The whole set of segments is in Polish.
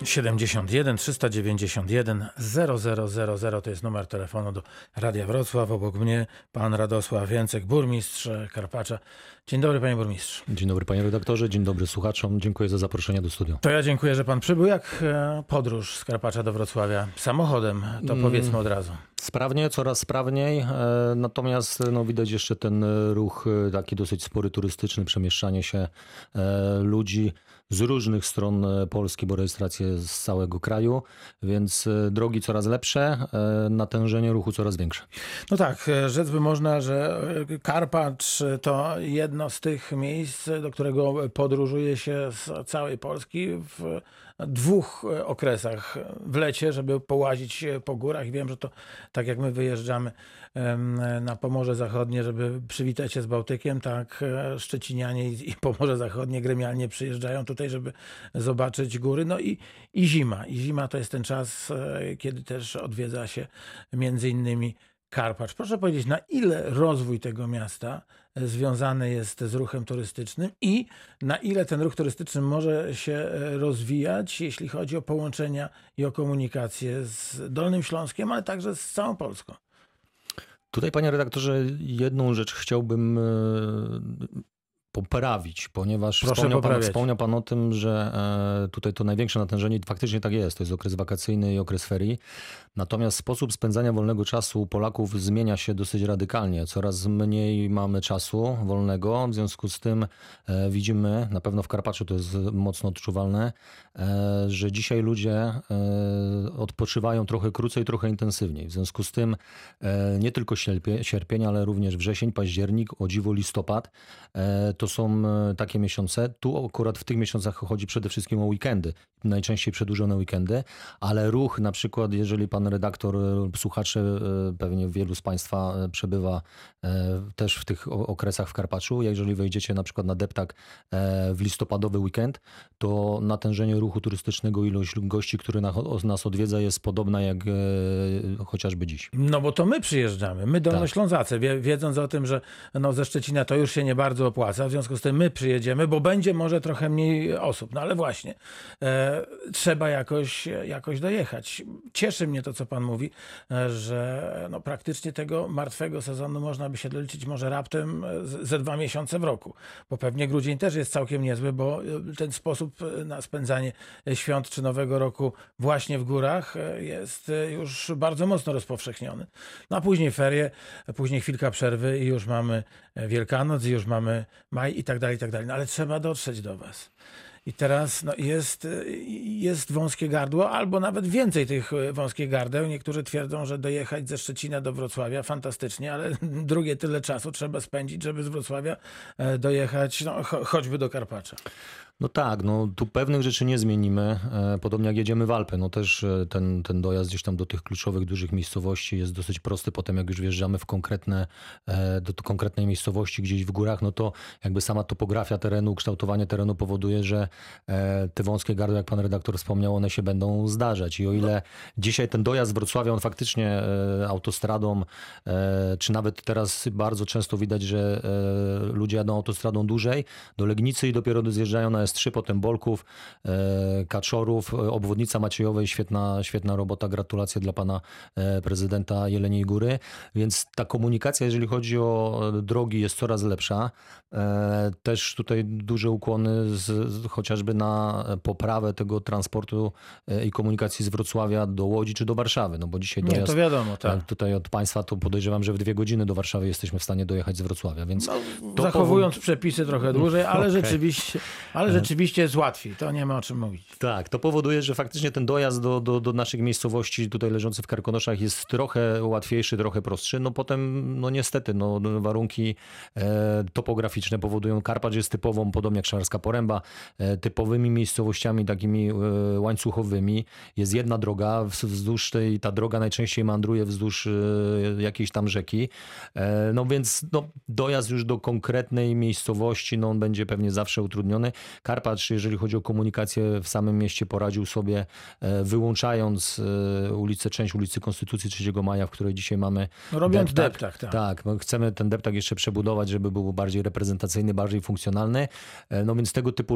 71 391 0000 to jest numer telefonu do Radia Wrocław. Obok mnie pan Radosław Więcek, burmistrz Karpacza. Dzień dobry, panie burmistrzu. Dzień dobry, panie redaktorze, dzień dobry słuchaczom. Dziękuję za zaproszenie do studia. To ja dziękuję, że pan przybył. Jak podróż z Karpacza do Wrocławia samochodem, to powiedzmy od razu. Sprawnie, coraz sprawniej, natomiast widać jeszcze ten ruch taki dosyć spory turystyczny, przemieszczanie się ludzi z różnych stron Polski, bo rejestracje z całego kraju, więc drogi coraz lepsze, natężenie ruchu coraz większe. No tak, rzec by można, że Karpacz to jedno z tych miejsc, do którego podróżuje się z całej Polski w dwóch okresach. W lecie, żeby połazić po górach i wiem, że to tak jak my wyjeżdżamy na Pomorze Zachodnie, żeby przywitać się z Bałtykiem, tak szczecinianie i Pomorze Zachodnie gremialnie przyjeżdżają tutaj, żeby zobaczyć góry. No i zima. I zima to jest ten czas, kiedy też odwiedza się między innymi Karpacz. Proszę powiedzieć, na ile rozwój tego miasta związany jest z ruchem turystycznym i na ile ten ruch turystyczny może się rozwijać, jeśli chodzi o połączenia i o komunikację z Dolnym Śląskiem, ale także z całą Polską? Tutaj, panie redaktorze, jedną rzecz chciałbym poprawić, ponieważ wspomniał pan o tym, że tutaj to największe natężenie, faktycznie tak jest, to jest okres wakacyjny i okres ferii. Natomiast sposób spędzania wolnego czasu Polaków zmienia się dosyć radykalnie. Coraz mniej mamy czasu wolnego, w związku z tym widzimy, na pewno w Karpaczu to jest mocno odczuwalne, że dzisiaj ludzie odpoczywają trochę krócej, trochę intensywniej. W związku z tym nie tylko sierpień, ale również wrzesień, październik, o dziwo listopad, to są takie miesiące. Tu akurat w tych miesiącach chodzi przede wszystkim o weekendy. Najczęściej przedłużone weekendy, ale ruch na przykład, jeżeli pan redaktor, słuchacze, pewnie wielu z państwa przebywa też w tych okresach w Karpaczu. Jeżeli wejdziecie na przykład na deptak w listopadowy weekend, to natężenie ruchu turystycznego, ilość gości, który nas odwiedza, jest podobna jak chociażby dziś. No bo to my przyjeżdżamy, my Dolnoślązacy, wiedząc o tym, że ze Szczecina to już się nie bardzo opłaca, w związku z tym my przyjedziemy, bo będzie może trochę mniej osób. No ale właśnie, trzeba jakoś dojechać. Cieszy mnie to, co pan mówi, że praktycznie tego martwego sezonu można by się doliczyć może raptem ze 2 miesiące w roku. Bo pewnie grudzień też jest całkiem niezły, bo ten sposób na spędzanie świąt czy Nowego Roku właśnie w górach jest już bardzo mocno rozpowszechniony. No a później ferie, później chwilka przerwy i już mamy Wielkanoc, i już mamy maj i tak dalej, i tak dalej. No ale trzeba dotrzeć do was. I teraz jest wąskie gardło, albo nawet więcej tych wąskich gardeł. Niektórzy twierdzą, że dojechać ze Szczecina do Wrocławia fantastycznie, ale drugie tyle czasu trzeba spędzić, żeby z Wrocławia dojechać choćby do Karpacza. No tak, tu pewnych rzeczy nie zmienimy. Podobnie jak jedziemy w Alpy, też ten dojazd gdzieś tam do tych kluczowych, dużych miejscowości jest dosyć prosty. Potem jak już wjeżdżamy do konkretnej miejscowości gdzieś w górach, to jakby sama topografia terenu, kształtowanie terenu powoduje, że te wąskie gardła, jak pan redaktor wspomniał, one się będą zdarzać. I o ile dzisiaj ten dojazd z Wrocławia, on faktycznie autostradą, czy nawet teraz bardzo często widać, że ludzie jadą autostradą dłużej, do Legnicy i dopiero zjeżdżają na S3, potem Bolków, Kaczorów, obwodnica Maciejowej, świetna robota, gratulacje dla pana prezydenta Jeleniej Góry, więc ta komunikacja, jeżeli chodzi o drogi, jest coraz lepsza. Też tutaj duże ukłony chociażby na poprawę tego transportu i komunikacji z Wrocławia do Łodzi czy do Warszawy, bo dzisiaj dojazd, to wiadomo, tak. Tutaj od państwa to podejrzewam, że w 2 godziny do Warszawy jesteśmy w stanie dojechać z Wrocławia, więc zachowując przepisy trochę dłużej, ale rzeczywiście jest łatwiej, to nie ma o czym mówić. Tak, to powoduje, że faktycznie ten dojazd do naszych miejscowości tutaj leżących w Karkonoszach jest trochę łatwiejszy, trochę prostszy. Potem, niestety, warunki topograficzne powodują, Karpacz jest typową, podobnie jak Szklarska Poręba, typowymi miejscowościami takimi łańcuchowymi. Jest jedna droga, wzdłuż ta droga najczęściej mandruje wzdłuż jakiejś tam rzeki. Więc dojazd już do konkretnej miejscowości, on będzie pewnie zawsze utrudniony. Karpacz, jeżeli chodzi o komunikację w samym mieście, poradził sobie, wyłączając część ulicy Konstytucji 3 Maja, w której dzisiaj mamy robiąc deptak. Tak, chcemy ten deptak jeszcze przebudować, żeby był bardziej reprezentacyjny, bardziej funkcjonalny. Więc tego typu rozwiązania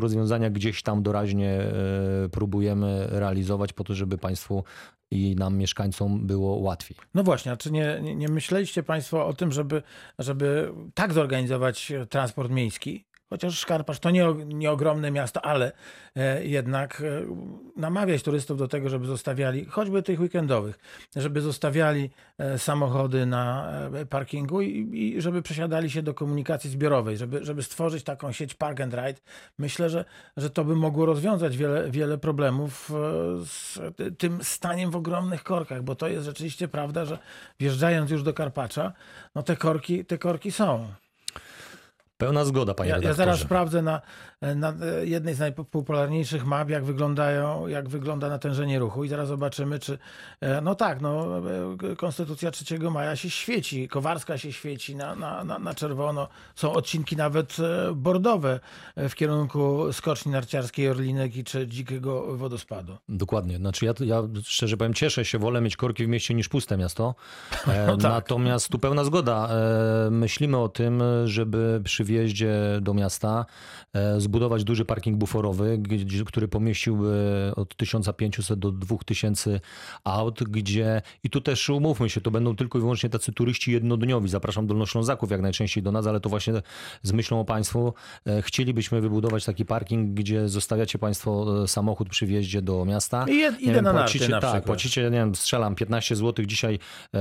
które gdzieś tam doraźnie próbujemy realizować po to, żeby państwu i nam, mieszkańcom, było łatwiej. No właśnie, a czy nie myśleliście państwo o tym, żeby tak zorganizować transport miejski? Chociaż Karpacz to nie ogromne miasto, ale jednak namawiać turystów do tego, żeby zostawiali, choćby tych weekendowych, żeby zostawiali samochody na parkingu i żeby przesiadali się do komunikacji zbiorowej, żeby stworzyć taką sieć park and ride. Myślę, że to by mogło rozwiązać wiele problemów z tym staniem w ogromnych korkach, bo to jest rzeczywiście prawda, że wjeżdżając już do Karpacza, no te korki są. Pełna zgoda, panie redaktorze. Ja zaraz sprawdzę na jednej z najpopularniejszych map, jak wygląda natężenie ruchu i zaraz zobaczymy, czy... No tak, Konstytucja 3 maja się świeci, Kowarska się świeci na czerwono. Są odcinki nawet bordowe w kierunku skoczni narciarskiej Orlinek czy Dzikiego Wodospadu. Dokładnie. Znaczy ja szczerze powiem, cieszę się, wolę mieć korki w mieście niż puste miasto. No tak. Natomiast tu pełna zgoda. Myślimy o tym, żeby przy wjeździe do miasta zbudować duży parking buforowy, który pomieściłby od 1500 do 2000 aut, gdzie, i tu też umówmy się, to będą tylko i wyłącznie tacy turyści jednodniowi. Zapraszam Dolnoślązaków jak najczęściej do nas, ale to właśnie z myślą o państwu chcielibyśmy wybudować taki parking, gdzie zostawiacie państwo samochód przy wjeździe do miasta. I idę na narty na przykład. Płacicie, nie wiem, strzelam 15 zł dzisiaj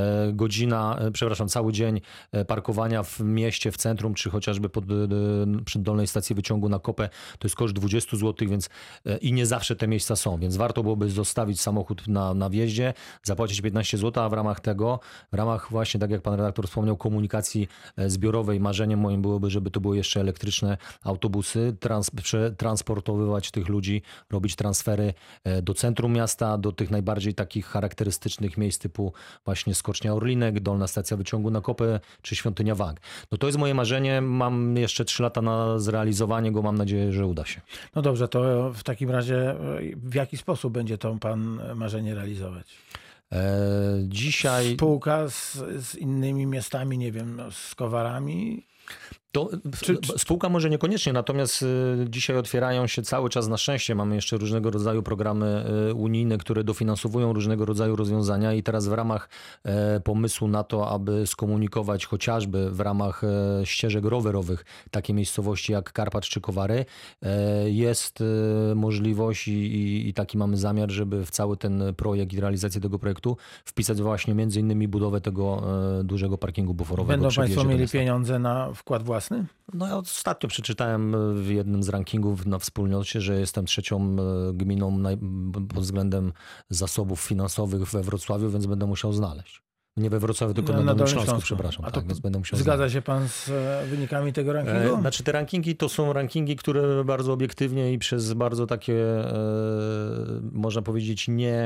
cały dzień parkowania w mieście, w centrum, czy chociażby przy dolnej stacji wyciągu na Kopę, to jest koszt 20 zł, więc i nie zawsze te miejsca są, więc warto byłoby zostawić samochód na wjeździe, zapłacić 15 zł, a w ramach właśnie, tak jak pan redaktor wspomniał, komunikacji zbiorowej, marzeniem moim byłoby, żeby to były jeszcze elektryczne autobusy, transportowywać tych ludzi, robić transfery do centrum miasta, do tych najbardziej takich charakterystycznych miejsc typu właśnie Skocznia Orlinek, dolna stacja wyciągu na Kopę, czy Świątynia Wag. No to jest moje marzenie, mam jeszcze 3 lata na zrealizowanie go, mam nadzieję, że uda się. No dobrze, to w takim razie w jaki sposób będzie to pan marzenie realizować? Dzisiaj... Spółka z innymi miastami, nie wiem, z Kowarami? Spółka może niekoniecznie, natomiast dzisiaj otwierają się cały czas, na szczęście mamy jeszcze różnego rodzaju programy unijne, które dofinansowują różnego rodzaju rozwiązania i teraz w ramach pomysłu na to, aby skomunikować chociażby w ramach ścieżek rowerowych takie miejscowości jak Karpacz czy Kowary, jest możliwość i taki mamy zamiar, żeby w cały ten projekt i realizację tego projektu wpisać właśnie między innymi budowę tego dużego parkingu buforowego. Będą państwo mieli pieniądze na wkład własny? No ja ostatnio przeczytałem w jednym z rankingów na Wspólnocie, że jestem 3. gminą pod względem zasobów finansowych we Wrocławiu, więc będę musiał znaleźć. Nie we Wrocławiu, tylko na Dolnym Śląsku, przepraszam. A to więc będę musiał zgadza znaleźć. się pan z wynikami tego rankingu? Znaczy te rankingi to są rankingi, które bardzo obiektywnie i przez bardzo takie, można powiedzieć,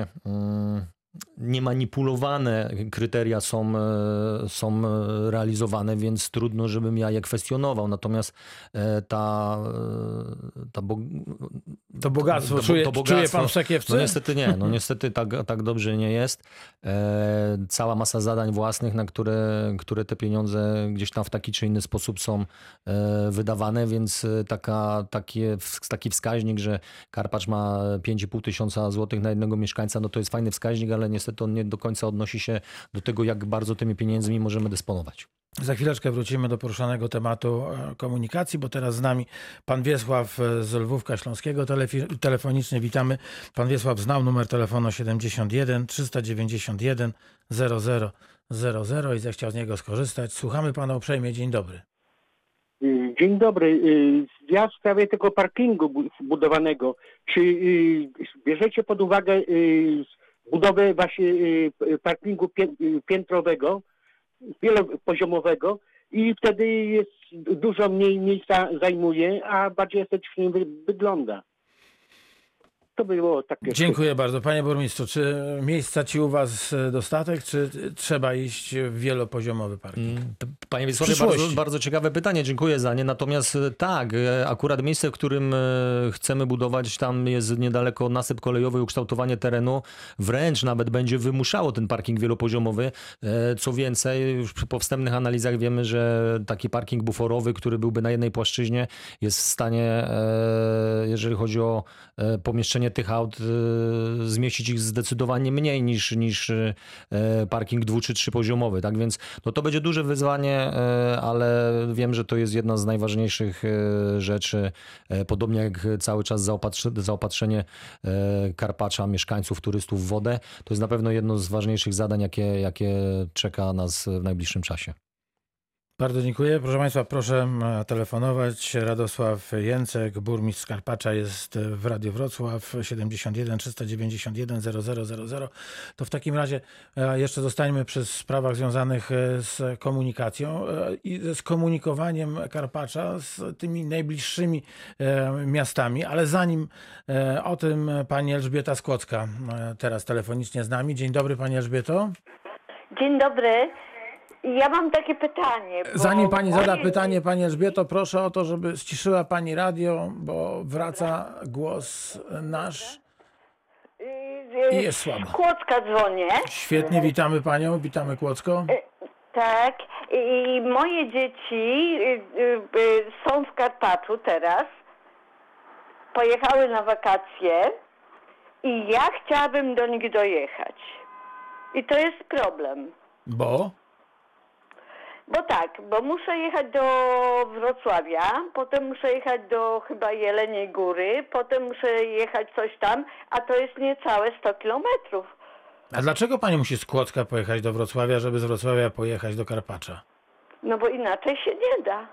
niemanipulowane kryteria są realizowane, więc trudno, żebym ja je kwestionował. Natomiast to bogactwo, czuje pan w Szakiewce? No niestety nie. No niestety tak dobrze nie jest. Cała masa zadań własnych, na które te pieniądze gdzieś tam w taki czy inny sposób są wydawane, więc taki wskaźnik, że Karpacz ma 5500 złotych na jednego mieszkańca, no to jest fajny wskaźnik, ale niestety on nie do końca odnosi się do tego, jak bardzo tymi pieniędzmi możemy dysponować. Za chwileczkę wrócimy do poruszanego tematu komunikacji, bo teraz z nami pan Wiesław z Lwówka Śląskiego. Telefonicznie witamy. Pan Wiesław znał numer telefonu 71 391 0000 i zechciał z niego skorzystać. Słuchamy pana uprzejmie. Dzień dobry. Dzień dobry. Ja w sprawie tego parkingu budowanego, czy bierzecie pod uwagę budowę właśnie parkingu piętrowego, wielopoziomowego i wtedy jest dużo mniej miejsca zajmuje, a bardziej estetycznie wygląda. To było takie... Dziękuję bardzo. Panie burmistrzu, czy miejsca ci u was dostatek, czy trzeba iść w wielopoziomowy parking? Panie Wiesławie, bardzo ciekawe pytanie, dziękuję za nie. Natomiast tak, akurat miejsce, w którym chcemy budować, tam jest niedaleko nasyp kolejowy, ukształtowanie terenu, wręcz nawet będzie wymuszało ten parking wielopoziomowy. Co więcej, już przy wstępnych analizach wiemy, że taki parking buforowy, który byłby na jednej płaszczyźnie, jest w stanie, jeżeli chodzi o pomieszczenie tych aut, zmieścić ich zdecydowanie mniej niż parking 2- czy 3-poziomomy. Tak więc no to będzie duże wyzwanie, ale wiem, że to jest jedna z najważniejszych rzeczy. Podobnie jak cały czas zaopatrzenie Karpacza, mieszkańców, turystów w wodę. To jest na pewno jedno z ważniejszych zadań, jakie czeka nas w najbliższym czasie. Bardzo dziękuję. Proszę Państwa, proszę telefonować. Radosław Jęcek, burmistrz Karpacza, jest w Radiu Wrocław 71 391 0000. To w takim razie jeszcze zostańmy przy sprawach związanych z komunikacją i ze skomunikowaniem Karpacza z tymi najbliższymi miastami, ale zanim o tym pani Elżbieta Skłocka teraz telefonicznie z nami. Dzień dobry, pani Elżbieto. Dzień dobry. Ja mam takie pytanie. Zanim pani zada pytanie, pani Elżbieto, proszę o to, żeby ściszyła pani radio, bo wraca głos nasz i jest słabo. Kłodzka dzwonię. Świetnie, witamy panią, witamy Kłodzko. Tak. I moje dzieci są w Karpaczu teraz. Pojechały na wakacje i ja chciałabym do nich dojechać. I to jest problem. Bo muszę jechać do Wrocławia, potem muszę jechać do chyba Jeleniej Góry, potem muszę jechać coś tam, a to jest niecałe 100 kilometrów. A dlaczego pani musi z Kłodzka pojechać do Wrocławia, żeby z Wrocławia pojechać do Karpacza? No bo inaczej się nie da.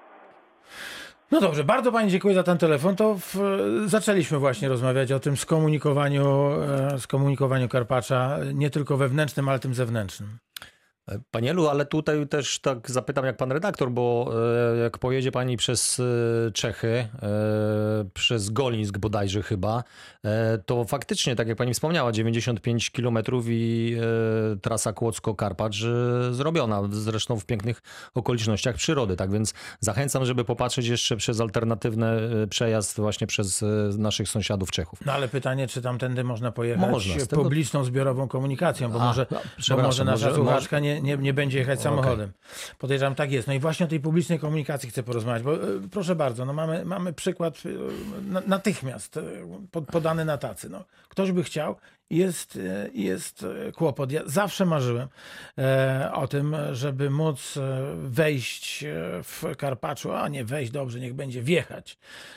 No dobrze, bardzo pani dziękuję za ten telefon. To zaczęliśmy właśnie rozmawiać o tym skomunikowaniu Karpacza, nie tylko wewnętrznym, ale tym zewnętrznym. Panie Elu, ale tutaj też tak zapytam jak pan redaktor, bo jak pojedzie pani przez Czechy, przez Golińsk bodajże chyba, to faktycznie, tak jak pani wspomniała, 95 km i trasa Kłodzko-Karpacz zrobiona, zresztą w pięknych okolicznościach przyrody. Tak więc zachęcam, żeby popatrzeć jeszcze przez alternatywny przejazd właśnie przez naszych sąsiadów Czechów. No ale pytanie, czy tamtędy można pojechać publiczną, zbiorową komunikacją, bo może nasza słuchaczka nie będzie jechać samochodem. Podejrzewam, tak jest. No i właśnie o tej publicznej komunikacji chcę porozmawiać, bo proszę bardzo, no mamy przykład natychmiast podany na tacy. No, ktoś by chciał, jest kłopot. Ja zawsze marzyłem o tym, żeby móc wejść w Karpaczu, a nie wejść, dobrze, niech będzie wjechać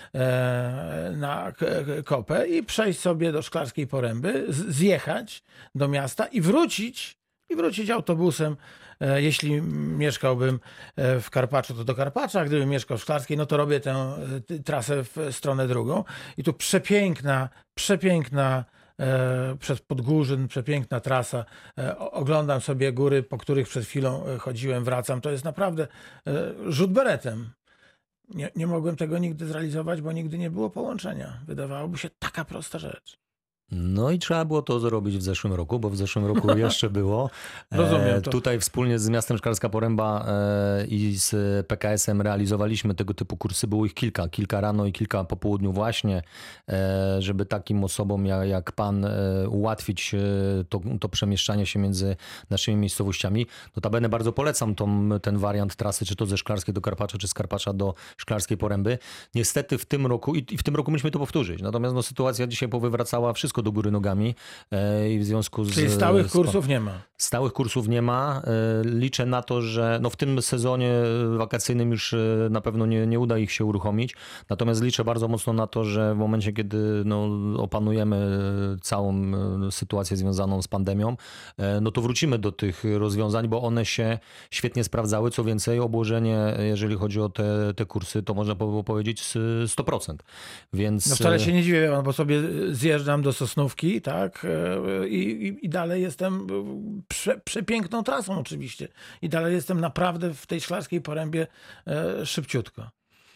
na kopę i przejść sobie do Szklarskiej Poręby, zjechać do miasta i wrócić autobusem. Jeśli mieszkałbym w Karpaczu, to do Karpacza, a gdybym mieszkał w Szklarskiej, no to robię tę trasę w stronę drugą. I tu przepiękna przez Podgórzyn, przepiękna trasa. Oglądam sobie góry, po których przed chwilą chodziłem, wracam. To jest naprawdę rzut beretem. Nie mogłem tego nigdy zrealizować, bo nigdy nie było połączenia. Wydawałoby się taka prosta rzecz. No i trzeba było to zrobić w zeszłym roku, bo w zeszłym roku jeszcze było. Rozumiem to. Tutaj wspólnie z miastem Szklarska Poręba i z PKS-em realizowaliśmy tego typu kursy. Było ich kilka rano i kilka po południu właśnie, żeby takim osobom jak pan ułatwić to przemieszczanie się między naszymi miejscowościami. Notabene bardzo polecam ten wariant trasy, czy to ze Szklarskiej do Karpacza, czy z Karpacza do Szklarskiej Poręby. Niestety w tym roku, i w tym roku musimy to powtórzyć, natomiast sytuacja dzisiaj powywracała wszystko do góry nogami i w związku z... Czyli stałych kursów nie ma? Stałych kursów nie ma. Liczę na to, że w tym sezonie wakacyjnym już na pewno nie uda ich się uruchomić. Natomiast liczę bardzo mocno na to, że w momencie, kiedy opanujemy całą sytuację związaną z pandemią, to wrócimy do tych rozwiązań, bo one się świetnie sprawdzały. Co więcej, obłożenie, jeżeli chodzi o te kursy, to można było powiedzieć 100%. Więc... No wcale się nie dziwię, bo sobie zjeżdżam do Sosnówki, tak? I dalej jestem przepiękną trasą oczywiście. I dalej jestem naprawdę w tej Szklarskiej Porębie szybciutko.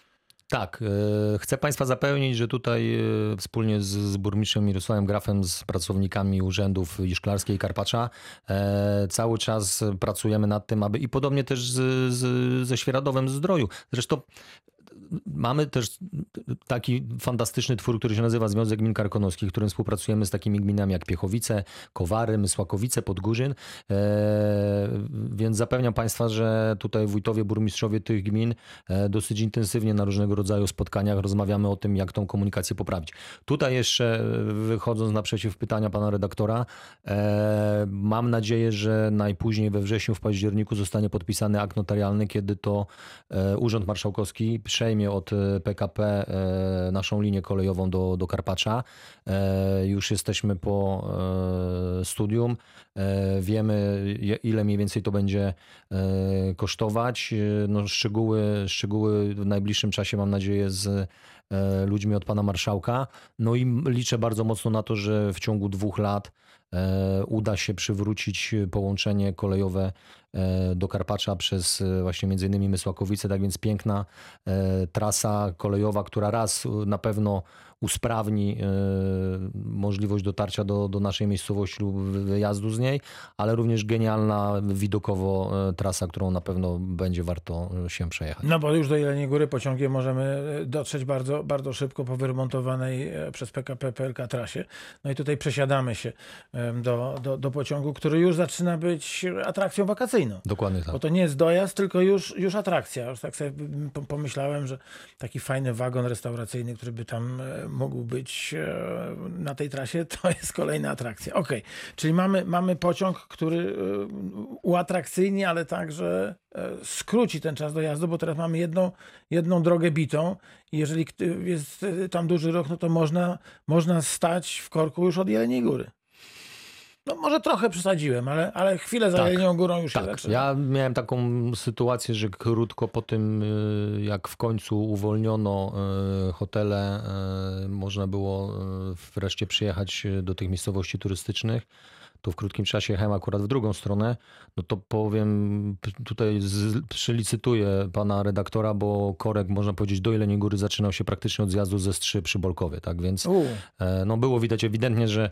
Tak, chcę Państwa zapewnić, że tutaj wspólnie z burmistrzem Mirosławem Grafem, z pracownikami urzędów i Szklarskiej i Karpacza cały czas pracujemy nad tym, aby i podobnie też ze Świeradowem Zdroju. Zresztą mamy też taki fantastyczny twór, który się nazywa Związek Gmin Karkonoskich, w którym współpracujemy z takimi gminami jak Piechowice, Kowary, Mysłakowice, Podgórzyn. Więc zapewniam Państwa, że tutaj wójtowie, burmistrzowie tych gmin dosyć intensywnie na różnego rodzaju spotkaniach rozmawiamy o tym, jak tą komunikację poprawić. Tutaj jeszcze wychodząc naprzeciw pytania pana redaktora, mam nadzieję, że najpóźniej we wrześniu, w październiku zostanie podpisany akt notarialny, kiedy to Urząd Marszałkowski przejmie od PKP naszą linię kolejową do Karpacza. Już jesteśmy po studium. Wiemy, ile mniej więcej to będzie kosztować. No, szczegóły w najbliższym czasie, mam nadzieję, z ludźmi od pana marszałka. No i liczę bardzo mocno na to, że w ciągu 2 lat uda się przywrócić połączenie kolejowe do Karpacza przez właśnie między innymi Mysłakowice. Tak więc piękna trasa kolejowa, która raz na pewno usprawni możliwość dotarcia do naszej miejscowości lub wyjazdu z niej, ale również genialna widokowo trasa, którą na pewno będzie warto się przejechać. No bo już do Jeleniej Góry pociągiem możemy dotrzeć bardzo, bardzo szybko po wyremontowanej przez PKP PLK trasie. No i tutaj przesiadamy się do pociągu, który już zaczyna być atrakcją wakacyjną. Dokładnie tak. Bo to nie jest dojazd, tylko już atrakcja. Już tak sobie pomyślałem, że taki fajny wagon restauracyjny, który by tam mógł być na tej trasie, to jest kolejna atrakcja. Okej, czyli mamy pociąg, który uatrakcyjni, ale także skróci ten czas dojazdu, bo teraz mamy jedną drogę bitą i jeżeli jest tam duży ruch, no to można stać w korku już od Jeleniej Góry. No może trochę przesadziłem, ale chwilę za Jelenią Górą już się zaczyna. Ja miałem taką sytuację, że krótko po tym, jak w końcu uwolniono hotele, można było wreszcie przyjechać do tych miejscowości turystycznych. To w krótkim czasie jechałem akurat w drugą stronę, no to powiem, tutaj przylicytuję pana redaktora, bo korek, można powiedzieć, do Jeleniej Góry zaczynał się praktycznie od zjazdu ze Strzy przy Bolkowie, tak więc no było widać ewidentnie, że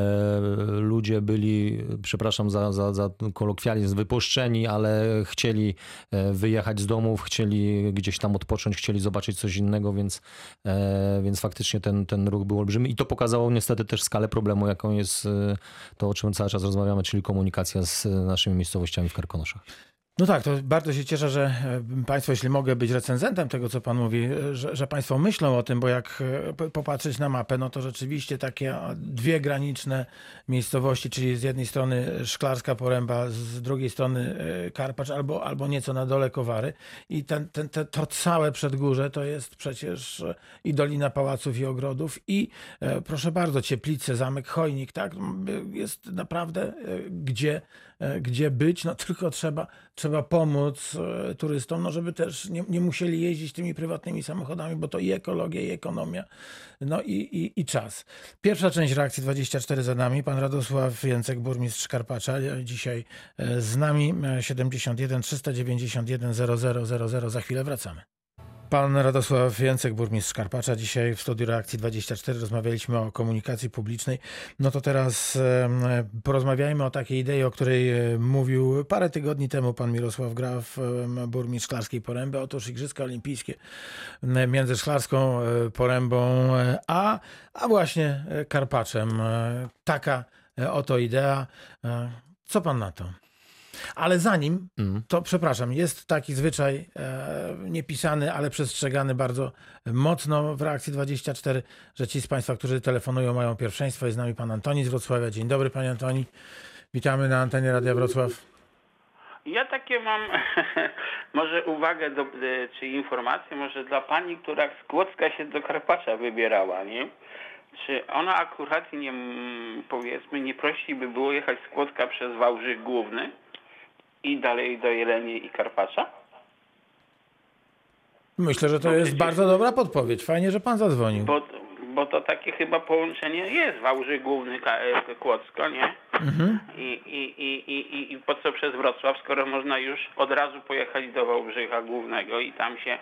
ludzie byli, przepraszam za kolokwializm, wypuszczeni, ale chcieli wyjechać z domów, chcieli gdzieś tam odpocząć, chcieli zobaczyć coś innego, więc faktycznie ten ruch był olbrzymi i to pokazało niestety też skalę problemu, jaką jest to, o czym cały czas rozmawiamy, czyli komunikacja z naszymi miejscowościami w Karkonoszach. No tak, to bardzo się cieszę, że Państwo, jeśli mogę być recenzentem tego, co Pan mówi, że Państwo myślą o tym, bo jak popatrzeć na mapę, no to rzeczywiście takie 2 graniczne miejscowości, czyli z jednej strony Szklarska Poręba, z drugiej strony Karpacz albo nieco na dole Kowary i to całe przedgórze to jest przecież i Dolina Pałaców i Ogrodów i proszę bardzo, Cieplice, Zamek Chojnik, tak? Jest naprawdę gdzie być, no tylko trzeba pomóc turystom, no żeby też nie musieli jeździć tymi prywatnymi samochodami, bo to i ekologia, i ekonomia, no i czas. Pierwsza część Reakcji 24 za nami. Pan Radosław Jęcek, burmistrz Karpacza, dzisiaj z nami. 71 391 0000. Za chwilę wracamy. Pan Radosław Jęcek, burmistrz Karpacza. Dzisiaj w studiu Reakcji 24 rozmawialiśmy o komunikacji publicznej. No to teraz porozmawiajmy o takiej idei, o której mówił parę tygodni temu pan Mirosław Graf, burmistrz Szklarskiej Poręby. Otóż Igrzyska Olimpijskie między Szklarską Porębą a właśnie Karpaczem. Taka oto idea. Co pan na to? Ale zanim, to przepraszam, jest taki zwyczaj niepisany, ale przestrzegany bardzo mocno w Reakcji 24, że ci z Państwa, którzy telefonują, mają pierwszeństwo. Jest z nami pan Antoni z Wrocławia. Dzień dobry, panie Antoni. Witamy na antenie Radia Wrocław. Ja takie mam może uwagę czy informację może dla pani, która z Kłodzka się do Karpacza wybierała, nie? Czy ona akurat nie prościej by było jechać z Kłodzka przez Wałbrzych Główny i dalej do Jeleni i Karpacza? Myślę, że to jest bardzo dobra podpowiedź. Fajnie, że pan zadzwonił. Bo to takie chyba połączenie jest. Wałbrzych Główny, Kłodzko, nie? Mhm. I po co przez Wrocław, skoro można już od razu pojechać do Wałbrzycha Głównego i tam się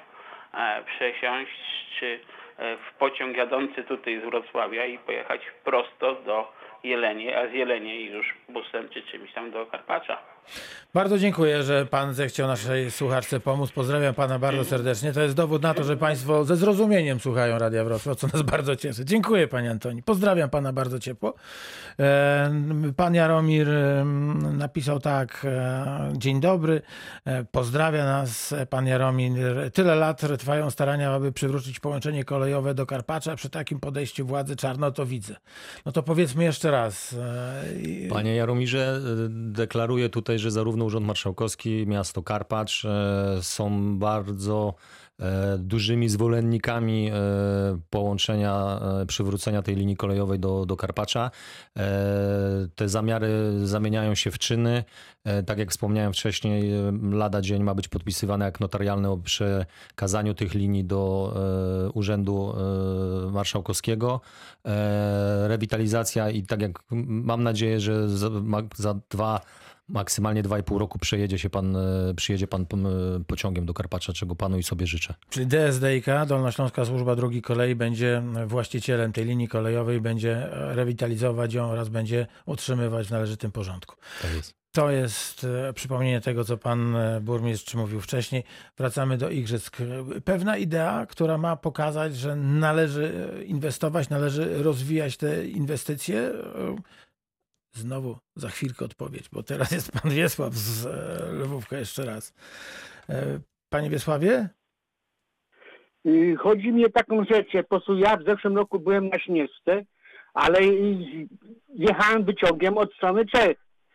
przesiąść czy w pociąg jadący tutaj z Wrocławia i pojechać prosto do Jeleniej, a z Jeleniej już busem czy czymś tam do Karpacza. Bardzo dziękuję, że pan zechciał naszej słuchaczce pomóc. Pozdrawiam pana bardzo serdecznie. To jest dowód na to, że państwo ze zrozumieniem słuchają Radia Wrocław, co nas bardzo cieszy. Dziękuję, panie Antoni. Pozdrawiam pana bardzo ciepło. Pan Jaromir napisał tak: dzień dobry, pozdrawia nas pan Jaromir. Tyle lat trwają starania, aby przywrócić połączenie kolejowe do Karpacza. Przy takim podejściu władzy Czarno to widzę. No to powiedzmy jeszcze raz. Panie Jaromirze, deklaruję tutaj, że zarówno Urząd Marszałkowski, miasto Karpacz są bardzo dużymi zwolennikami połączenia, przywrócenia tej linii kolejowej do Karpacza. Te zamiary zamieniają się w czyny. Tak jak wspomniałem wcześniej, lada dzień ma być podpisywane akt notarialny o przekazaniu tych linii do Urzędu Marszałkowskiego. Rewitalizacja i tak jak mam nadzieję, że za maksymalnie 2,5 roku przyjedzie pan pociągiem do Karpacza, czego panu i sobie życzę. Czyli DSDiK, Dolnośląska Służba Drogi Kolei, będzie właścicielem tej linii kolejowej, będzie rewitalizować ją oraz będzie utrzymywać w należytym porządku. Tak jest. To jest przypomnienie tego, co pan burmistrz mówił wcześniej. Wracamy do igrzysk. Pewna idea, która ma pokazać, że należy inwestować, należy rozwijać te inwestycje. Znowu za chwilkę odpowiedź, bo teraz jest pan Wiesław z Lwówka jeszcze raz. Panie Wiesławie? Chodzi mi o taką rzecz, po prostu ja w zeszłym roku byłem na Śnieżce, ale jechałem wyciągiem od strony Czech.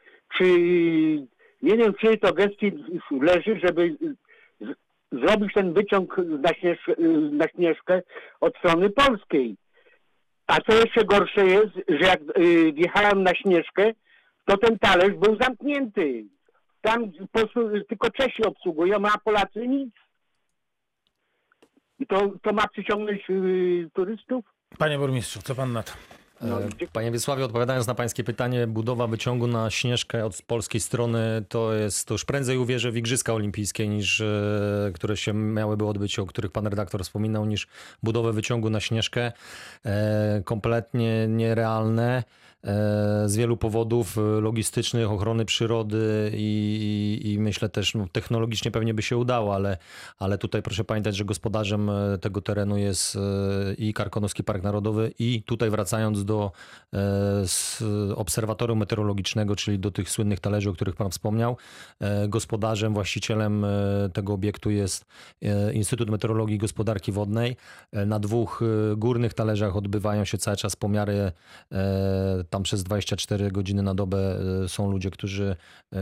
Nie wiem, czy to gestii leży, żeby zrobić ten wyciąg na Śnieżkę od strony polskiej. A co jeszcze gorsze jest, że jak wjechałem na Śnieżkę, to ten talerz był zamknięty. Tam po prostu tylko Czesi obsługują, a Polacy nic. I to ma przyciągnąć turystów? Panie burmistrzu, co pan na to? Panie Wiesławie, odpowiadając na pańskie pytanie, budowa wyciągu na Śnieżkę od polskiej strony to już prędzej uwierzę w Igrzyska Olimpijskie, które się miałyby odbyć, o których pan redaktor wspominał, niż budowę wyciągu na Śnieżkę. Kompletnie nierealne z wielu powodów logistycznych, ochrony przyrody i myślę też technologicznie pewnie by się udało, ale tutaj proszę pamiętać, że gospodarzem tego terenu jest i Karkonoski Park Narodowy i tutaj wracając do obserwatorium meteorologicznego, czyli do tych słynnych talerzy, o których pan wspomniał, gospodarzem, właścicielem tego obiektu jest Instytut Meteorologii i Gospodarki Wodnej. Na 2 górnych talerzach odbywają się cały czas pomiary. Tam przez 24 godziny na dobę są ludzie, którzy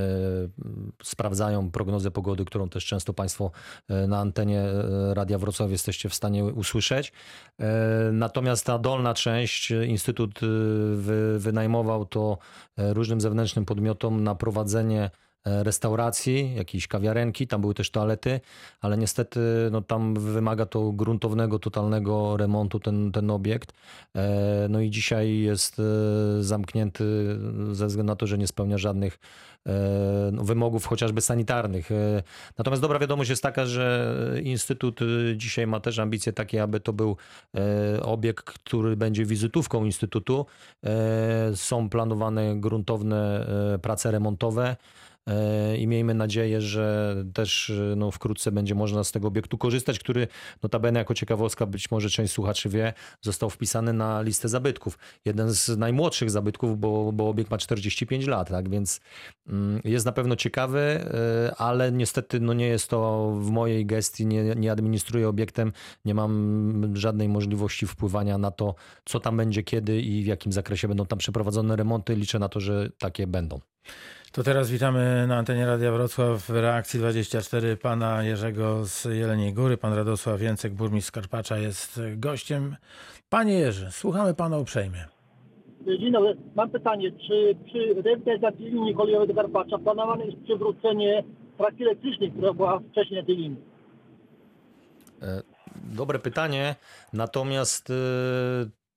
sprawdzają prognozę pogody, którą też często państwo na antenie Radia Wrocław jesteście w stanie usłyszeć. Natomiast ta dolna część Instytut wynajmował to różnym zewnętrznym podmiotom na prowadzenie restauracji, jakiejś kawiarenki, tam były też toalety, ale niestety tam wymaga to gruntownego, totalnego remontu ten obiekt. No i dzisiaj jest zamknięty ze względu na to, że nie spełnia żadnych wymogów chociażby sanitarnych. Natomiast dobra wiadomość jest taka, że Instytut dzisiaj ma też ambicje takie, aby to był obiekt, który będzie wizytówką Instytutu. Są planowane gruntowne prace remontowe. I miejmy nadzieję, że też wkrótce będzie można z tego obiektu korzystać, który notabene jako ciekawostka, być może część słuchaczy wie, został wpisany na listę zabytków. Jeden z najmłodszych zabytków, bo obiekt ma 45 lat, tak? Więc jest na pewno ciekawy, ale niestety nie jest to w mojej gestii, nie administruję obiektem, nie mam żadnej możliwości wpływania na to, co tam będzie, kiedy i w jakim zakresie będą tam przeprowadzone remonty. Liczę na to, że takie będą. To teraz witamy na antenie Radia Wrocław w Reakcji 24 pana Jerzego z Jeleniej Góry. Pan Radosław Więcek, burmistrz Karpacza, jest gościem. Panie Jerzy, słuchamy pana uprzejmie. Dzień dobry. Mam pytanie, czy przy rewitalizacji linii kolejowej do Karpacza planowane jest przywrócenie trakcji elektrycznej, która była wcześniej na tej linii? Dobre pytanie, natomiast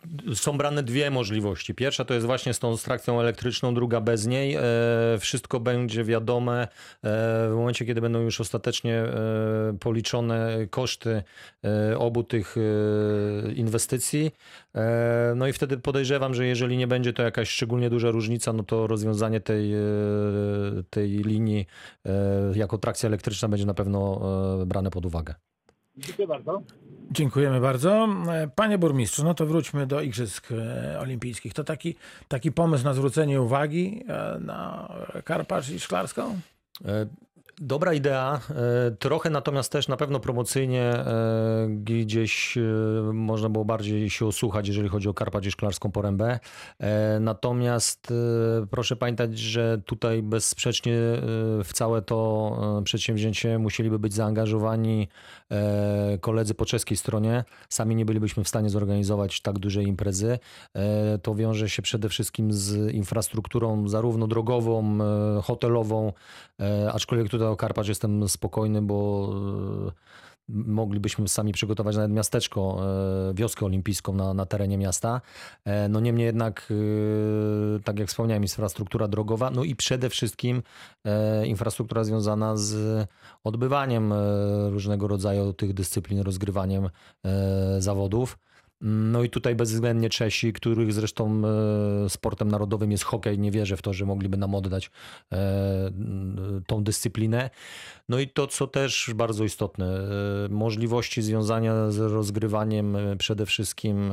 Są brane dwie możliwości. Pierwsza to jest właśnie z tą trakcją elektryczną, druga bez niej. Wszystko będzie wiadome w momencie, kiedy będą już ostatecznie policzone koszty obu tych inwestycji. No i wtedy podejrzewam, że jeżeli nie będzie to jakaś szczególnie duża różnica, no to rozwiązanie tej linii jako trakcja elektryczna będzie na pewno brane pod uwagę. Dziękuję bardzo. Dziękujemy bardzo. Panie burmistrzu, no to wróćmy do Igrzysk Olimpijskich. To taki pomysł na zwrócenie uwagi na Karpacz i Szklarską? Dobra idea, trochę natomiast też na pewno promocyjnie gdzieś można było bardziej się osłuchać, jeżeli chodzi o Karpacz i Szklarską Porębę. Natomiast proszę pamiętać, że tutaj bezsprzecznie w całe to przedsięwzięcie musieliby być zaangażowani koledzy po czeskiej stronie. Sami nie bylibyśmy w stanie zorganizować tak dużej imprezy. To wiąże się przede wszystkim z infrastrukturą zarówno drogową, hotelową, aczkolwiek tutaj o Karpacz jestem spokojny, bo moglibyśmy sami przygotować nawet miasteczko, wioskę olimpijską na terenie miasta. No niemniej jednak, tak jak wspomniałem, infrastruktura drogowa, no i przede wszystkim infrastruktura związana z odbywaniem różnego rodzaju tych dyscyplin, rozgrywaniem zawodów. No i tutaj bezwzględnie Czesi, których zresztą sportem narodowym jest hokej, nie wierzę w to, że mogliby nam oddać tą dyscyplinę. No i to, co też bardzo istotne, możliwości związania z rozgrywaniem przede wszystkim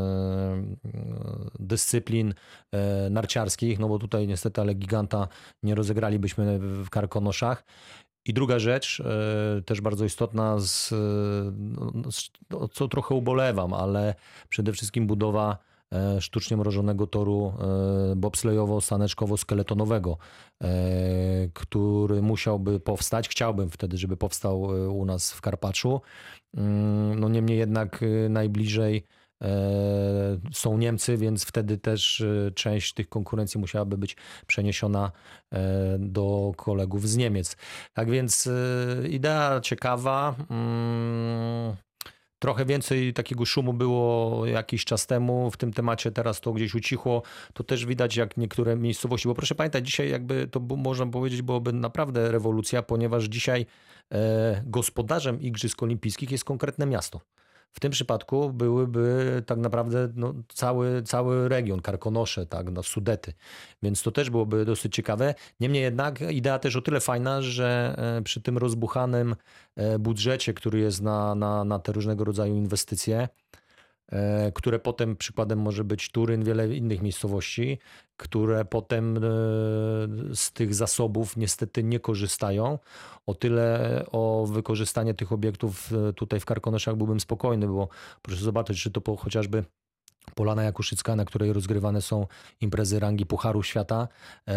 dyscyplin narciarskich, no bo tutaj niestety, ale giganta nie rozegralibyśmy w Karkonoszach. I druga rzecz, też bardzo istotna, co trochę ubolewam, ale przede wszystkim budowa sztucznie mrożonego toru bobslejowo-saneczkowo-skeletonowego, który musiałby powstać. Chciałbym wtedy, żeby powstał u nas w Karpaczu. No niemniej jednak najbliżej są Niemcy, więc wtedy też część tych konkurencji musiałaby być przeniesiona do kolegów z Niemiec. Tak więc idea ciekawa. Trochę więcej takiego szumu było jakiś czas temu w tym temacie, teraz to gdzieś ucichło. To też widać, jak niektóre miejscowości, bo proszę pamiętać, dzisiaj jakby to można powiedzieć byłoby naprawdę rewolucja, ponieważ dzisiaj gospodarzem Igrzysk Olimpijskich jest konkretne miasto. W tym przypadku byłyby tak naprawdę cały region, Karkonosze, tak, Sudety, więc to też byłoby dosyć ciekawe. Niemniej jednak idea też o tyle fajna, że przy tym rozbuchanym budżecie, który jest na te różnego rodzaju inwestycje, które potem przykładem może być Turyn, wiele innych miejscowości, które potem z tych zasobów niestety nie korzystają. O tyle o wykorzystanie tych obiektów tutaj w Karkonoszach byłbym spokojny, bo proszę zobaczyć, czy to chociażby Polana Jakuszycka, na której rozgrywane są imprezy rangi Pucharu Świata,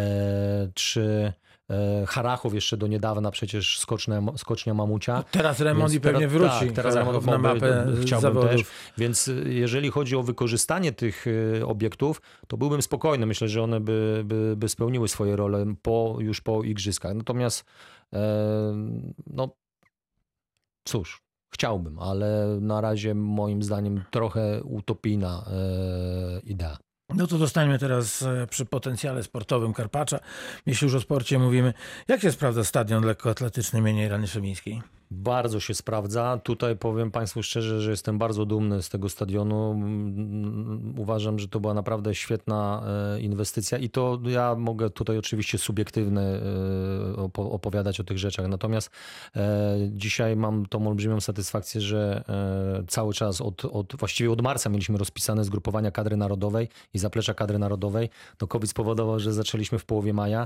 czy Harachów jeszcze do niedawna przecież skocznia Mamucia. Teraz remont i pewnie wróci. Tak, teraz remont na mapę chciałbym zawodów. też. Więc jeżeli chodzi o wykorzystanie tych obiektów, to byłbym spokojny. Myślę, że one by spełniły swoje role już po igrzyskach. Natomiast no cóż, chciałbym, ale na razie moim zdaniem trochę utopijna idea. No to zostańmy teraz przy potencjale sportowym Karpacza. Jeśli już o sporcie mówimy, jak się sprawdza stadion lekkoatletyczny im. Ireny Szymińskiej? Bardzo się sprawdza. Tutaj powiem Państwu szczerze, że jestem bardzo dumny z tego stadionu. Uważam, że to była naprawdę świetna inwestycja i to ja mogę tutaj oczywiście subiektywnie opowiadać o tych rzeczach. Natomiast dzisiaj mam tą olbrzymią satysfakcję, że cały czas właściwie od marca mieliśmy rozpisane zgrupowania kadry narodowej i zaplecza kadry narodowej. No COVID spowodował, że zaczęliśmy w połowie maja.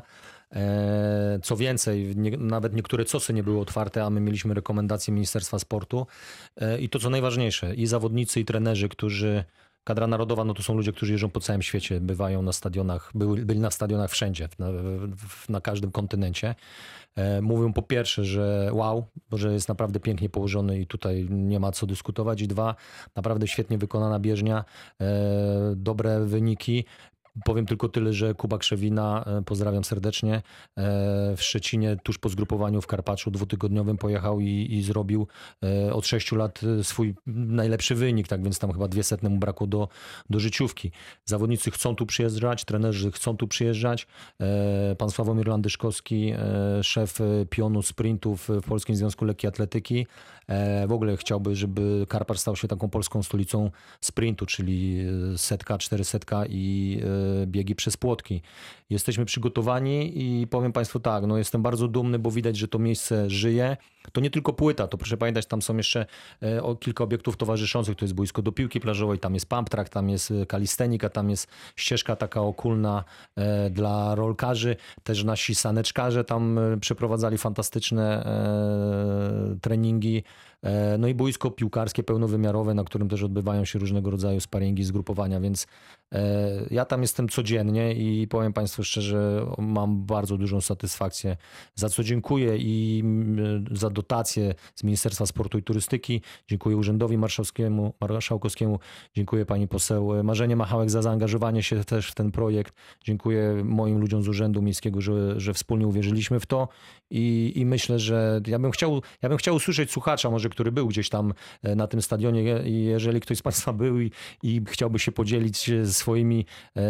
Co więcej, nawet niektóre COS-y nie były otwarte, a my mieliśmy rekomendacje Ministerstwa Sportu. I to co najważniejsze, i zawodnicy, i trenerzy, kadra narodowa, no to są ludzie, którzy jeżdżą po całym świecie, bywają na stadionach, byli na stadionach wszędzie, na każdym kontynencie. Mówią po pierwsze, że wow, że jest naprawdę pięknie położony i tutaj nie ma co dyskutować. I dwa, naprawdę świetnie wykonana bieżnia, dobre wyniki. Powiem tylko tyle, że Kuba Krzewina, pozdrawiam serdecznie, w Szczecinie tuż po zgrupowaniu w Karpaczu dwutygodniowym pojechał i zrobił od 6 lat swój najlepszy wynik, tak więc tam chyba 200 mu brakło do życiówki. Zawodnicy chcą tu przyjeżdżać, trenerzy chcą tu przyjeżdżać. Pan Sławomir Landyszkowski, szef pionu sprintów w Polskim Związku Lekkiej Atletyki, w ogóle chciałby, żeby Karpacz stał się taką polską stolicą sprintu, czyli 100, 400 i biegi przez płotki. Jesteśmy przygotowani i powiem Państwu tak, no jestem bardzo dumny, bo widać, że to miejsce żyje. To nie tylko płyta, to proszę pamiętać, tam są jeszcze kilka obiektów towarzyszących. To jest boisko do piłki plażowej, tam jest pump track, tam jest kalistenika, tam jest ścieżka taka okulna dla rolkarzy. Też nasi saneczkarze tam przeprowadzali fantastyczne treningi. No i boisko piłkarskie pełnowymiarowe, na którym też odbywają się różnego rodzaju sparingi, zgrupowania, więc ja tam jestem codziennie i powiem Państwu szczerze, mam bardzo dużą satysfakcję, za co dziękuję i za dotacje z Ministerstwa Sportu i Turystyki. Dziękuję Urzędowi Marszałkowskiemu, dziękuję pani poseł Marzenie Machałek za zaangażowanie się też w ten projekt. Dziękuję moim ludziom z Urzędu Miejskiego, że wspólnie uwierzyliśmy w to i myślę, że ja bym chciał usłyszeć słuchacza może, który był gdzieś tam na tym stadionie i jeżeli ktoś z Państwa był i chciałby się podzielić swoimi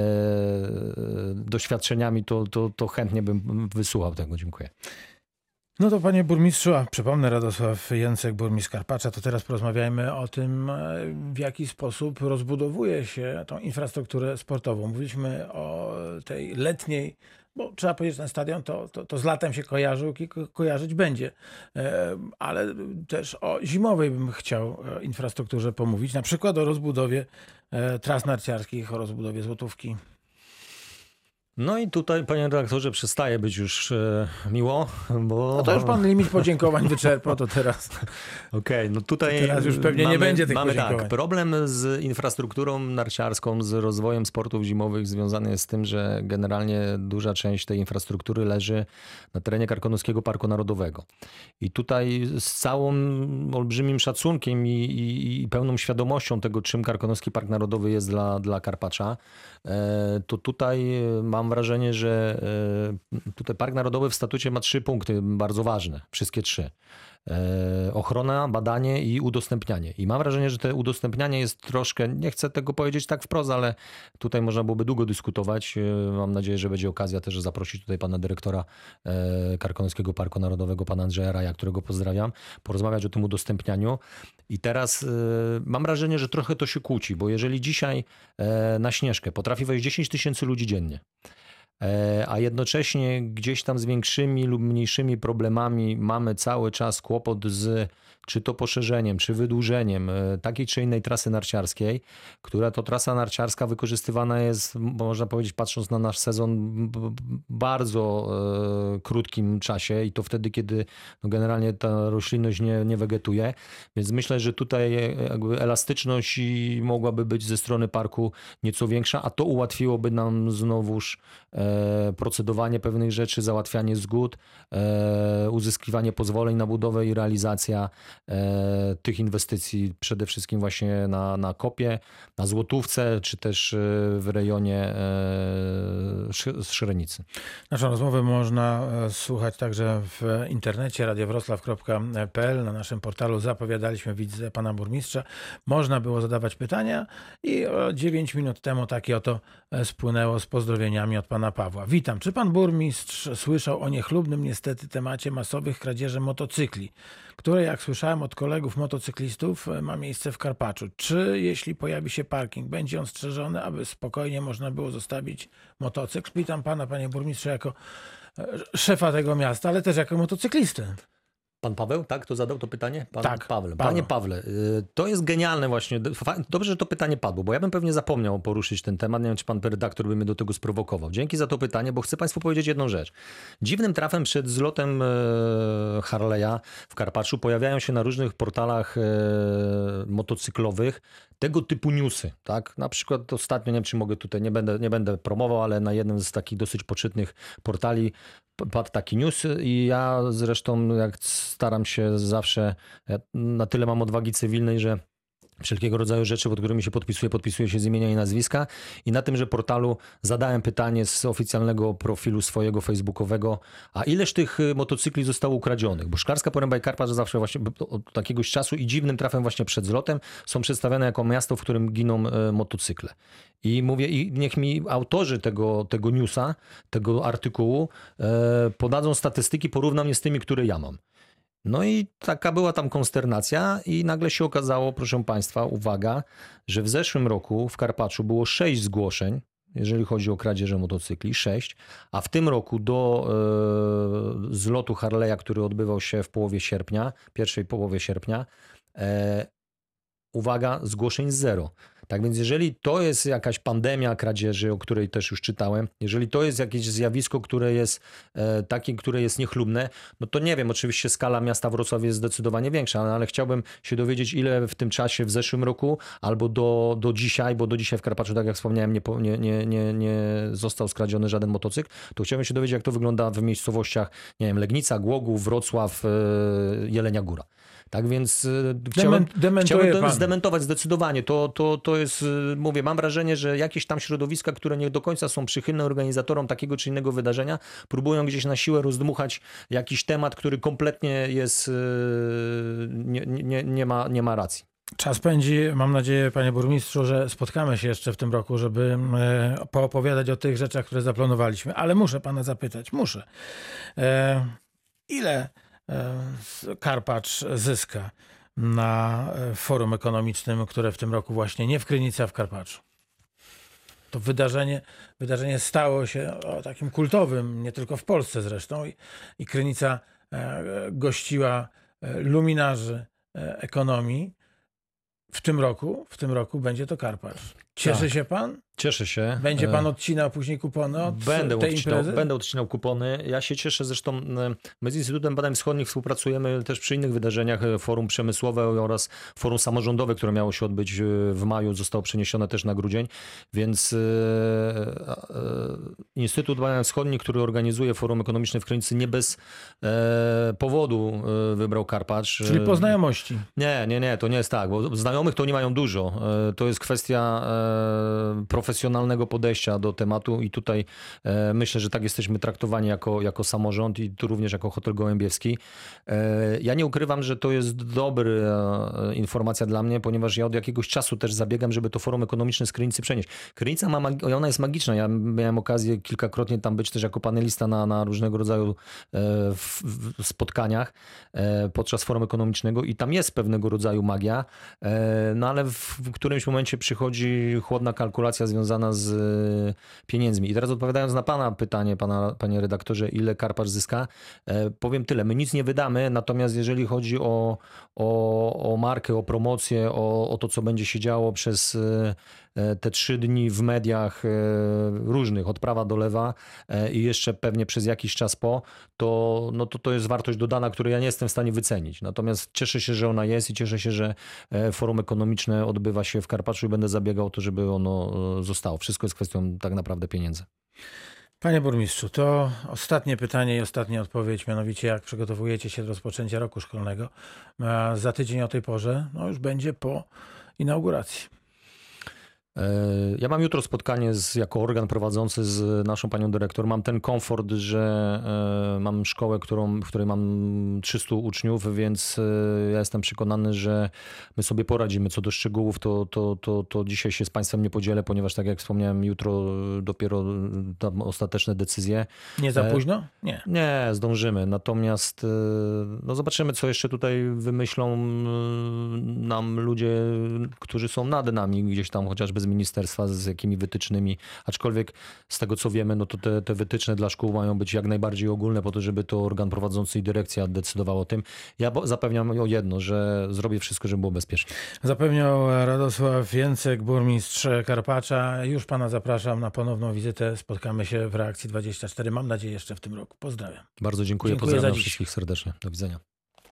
doświadczeniami, to chętnie bym wysłuchał tego. Dziękuję. No to panie burmistrzu, a przypomnę, Radosław Jęcek, burmistrz Karpacza, to teraz porozmawiajmy o tym, w jaki sposób rozbudowuje się tą infrastrukturę sportową. Mówiliśmy o tej letniej, bo trzeba powiedzieć, że ten stadion to z latem się kojarzył i kojarzyć będzie. Ale też o zimowej bym chciał infrastrukturze pomówić, na przykład o rozbudowie tras narciarskich, o rozbudowie Złotówki. No i tutaj, panie redaktorze, przestaje być już miło, bo... No to już pan limit podziękowań wyczerpał, to teraz... Okej, no tutaj... Teraz już pewnie nie będzie tych mamy podziękowań. Tak, problem z infrastrukturą narciarską, z rozwojem sportów zimowych związany jest z tym, że generalnie duża część tej infrastruktury leży na terenie Karkonoskiego Parku Narodowego. I tutaj z całym olbrzymim szacunkiem i pełną świadomością tego, czym Karkonoski Park Narodowy jest dla Karpacza, to tutaj mam wrażenie, że tutaj Park Narodowy w statucie ma 3 punkty bardzo ważne, wszystkie 3. Ochrona, badanie i udostępnianie. I mam wrażenie, że to udostępnianie jest troszkę, nie chcę tego powiedzieć tak wprost, ale tutaj można byłoby długo dyskutować. Mam nadzieję, że będzie okazja też zaprosić tutaj pana dyrektora Karkonoskiego Parku Narodowego, pana Andrzeja Raja, którego pozdrawiam, porozmawiać o tym udostępnianiu. I teraz mam wrażenie, że trochę to się kłóci, bo jeżeli dzisiaj na Śnieżkę potrafi wejść 10 000 ludzi dziennie, a jednocześnie gdzieś tam z większymi lub mniejszymi problemami mamy cały czas kłopot z czy to poszerzeniem, czy wydłużeniem takiej czy innej trasy narciarskiej, która to trasa narciarska wykorzystywana jest, można powiedzieć, patrząc na nasz sezon, bardzo krótkim czasie i to wtedy, kiedy generalnie ta roślinność nie wegetuje. Więc myślę, że tutaj jakby elastyczność mogłaby być ze strony parku nieco większa, a to ułatwiłoby nam znowuż procedowanie pewnych rzeczy, załatwianie zgód, uzyskiwanie pozwoleń na budowę i realizacja tych inwestycji, przede wszystkim właśnie na Kopie, na Złotówce, czy też w rejonie Szrenicy. Naszą rozmowę można słuchać także w internecie radiowroclaw.pl. Na naszym portalu zapowiadaliśmy wizytę pana burmistrza. Można było zadawać pytania i 9 minut temu takie oto spłynęło z pozdrowieniami od pana Pawła. Witam. Czy pan burmistrz słyszał o niechlubnym niestety temacie masowych kradzieży motocykli, które, jak słyszałem od kolegów motocyklistów, ma miejsce w Karpaczu? Czy jeśli pojawi się parking, będzie on strzeżony, aby spokojnie można było zostawić motocykl? Witam pana, panie burmistrzu, jako szefa tego miasta, ale też jako motocyklistę. Pan Paweł, tak? To zadał to pytanie? Tak. Paweł. Panie Pawle, to jest genialne właśnie. Dobrze, że to pytanie padło, bo ja bym pewnie zapomniał poruszyć ten temat. Nie wiem, czy pan redaktor by mnie do tego sprowokował. Dzięki za to pytanie, bo chcę państwu powiedzieć jedną rzecz. Dziwnym trafem przed zlotem Harley'a w Karpaczu pojawiają się na różnych portalach motocyklowych tego typu newsy, tak? Na przykład ostatnio, nie wiem, czy mogę tutaj, nie będę promował, ale na jednym z takich dosyć poczytnych portali padł taki news i ja zresztą jak staram się zawsze, na tyle mam odwagi cywilnej, że wszelkiego rodzaju rzeczy, pod którymi się podpisuje się z imienia i nazwiska. I na tymże portalu zadałem pytanie z oficjalnego profilu swojego facebookowego, a ileż tych motocykli zostało ukradzionych? Bo Szklarska Poręba i Karpacz zawsze właśnie od jakiegoś czasu i dziwnym trafem właśnie przed zlotem są przedstawiane jako miasto, w którym giną motocykle. I mówię, i niech mi autorzy tego newsa, tego artykułu podadzą statystyki, porównam je z tymi, które ja mam. No i taka była tam konsternacja i nagle się okazało, proszę Państwa, uwaga, że w zeszłym roku w Karpaczu było 6 zgłoszeń, jeżeli chodzi o kradzieże motocykli, 6, a w tym roku do zlotu Harley'a, który odbywał się w połowie sierpnia, pierwszej połowie sierpnia, uwaga, zgłoszeń 0. Tak więc jeżeli to jest jakaś pandemia kradzieży, o której też już czytałem, jeżeli to jest jakieś zjawisko, które jest takie, które jest niechlubne, no to nie wiem, oczywiście skala miasta Wrocław jest zdecydowanie większa, ale chciałbym się dowiedzieć, ile w tym czasie w zeszłym roku albo do dzisiaj, bo do dzisiaj w Karpaczu, tak jak wspomniałem, nie został skradziony żaden motocykl, to chciałbym się dowiedzieć, jak to wygląda w miejscowościach, nie wiem, Legnica, Głogów, Wrocław, Jelenia Góra. Tak więc chciałbym zdementować zdecydowanie. To jest, mówię, mam wrażenie, że jakieś tam środowiska, które nie do końca są przychylne organizatorom takiego czy innego wydarzenia, próbują gdzieś na siłę rozdmuchać jakiś temat, który kompletnie jest, nie ma racji. Czas pędzi. Mam nadzieję, panie burmistrzu, że spotkamy się jeszcze w tym roku, żeby poopowiadać o tych rzeczach, które zaplanowaliśmy. Ale muszę pana zapytać, ile Karpacz zyska na forum ekonomicznym, które w tym roku właśnie nie w Krynicy, a w Karpaczu? To wydarzenie stało się takim kultowym, nie tylko w Polsce zresztą. I Krynica gościła luminarzy ekonomii. W tym roku będzie to Karpacz. Cieszy się pan? Cieszę się. Będzie pan odcinał później kupony od tej imprezy? Będę odcinał kupony. Ja się cieszę, zresztą my z Instytutem Badań Wschodnich współpracujemy też przy innych wydarzeniach. Forum przemysłowe oraz forum samorządowe, które miało się odbyć w maju, zostało przeniesione też na grudzień. Więc Instytut Badań Wschodnich, który organizuje forum ekonomiczne w Krynicy, nie bez powodu wybrał Karpacz. Czyli po znajomości? Nie, to nie jest tak, bo znajomych to oni mają dużo. To jest kwestia profesjonalnego podejścia do tematu i tutaj myślę, że tak jesteśmy traktowani jako samorząd i tu również jako Hotel Gołębiewski. Ja nie ukrywam, że to jest dobra informacja dla mnie, ponieważ ja od jakiegoś czasu też zabiegam, żeby to forum ekonomiczne z Krynicy przenieść. Krynica ona jest magiczna. Ja miałem okazję kilkakrotnie tam być też jako panelista na różnego rodzaju spotkaniach podczas forum ekonomicznego i tam jest pewnego rodzaju magia, no ale w którymś momencie przychodzi chłodna kalkulacja związana z pieniędzmi. I teraz odpowiadając na pana pytanie, panie redaktorze, ile Karpacz zyska, powiem tyle. My nic nie wydamy, natomiast jeżeli chodzi o markę, o promocję, o to, co będzie się działo przez te 3 dni w mediach różnych, od prawa do lewa i jeszcze pewnie przez jakiś czas to jest wartość dodana, której ja nie jestem w stanie wycenić. Natomiast cieszę się, że ona jest i cieszę się, że forum ekonomiczne odbywa się w Karpaczu i będę zabiegał o to, żeby ono zostało. Wszystko jest kwestią tak naprawdę pieniędzy. Panie burmistrzu, to ostatnie pytanie i ostatnia odpowiedź, mianowicie jak przygotowujecie się do rozpoczęcia roku szkolnego. Za tydzień o tej porze już będzie po inauguracji. Ja mam jutro spotkanie jako organ prowadzący z naszą panią dyrektor. Mam ten komfort, że mam szkołę, w której mam 300 uczniów, więc ja jestem przekonany, że my sobie poradzimy. Co do szczegółów, to dzisiaj się z państwem nie podzielę, ponieważ tak jak wspomniałem, jutro dopiero tam ostateczne decyzje. Nie za późno? Nie. Nie, zdążymy. Natomiast zobaczymy, co jeszcze tutaj wymyślą nam ludzie, którzy są nad nami, gdzieś tam chociażby z ministerstwa, z jakimi wytycznymi, aczkolwiek z tego co wiemy, no to te wytyczne dla szkół mają być jak najbardziej ogólne po to, żeby to organ prowadzący i dyrekcja decydował o tym. Ja zapewniam o jedno, że zrobię wszystko, żeby było bezpiecznie. Zapewniał Radosław Jęcek, burmistrz Karpacza. Już pana zapraszam na ponowną wizytę. Spotkamy się w Reakcji 24. Mam nadzieję jeszcze w tym roku. Pozdrawiam. Bardzo dziękuję. Pozdrawiam wszystkich serdecznie. Do widzenia.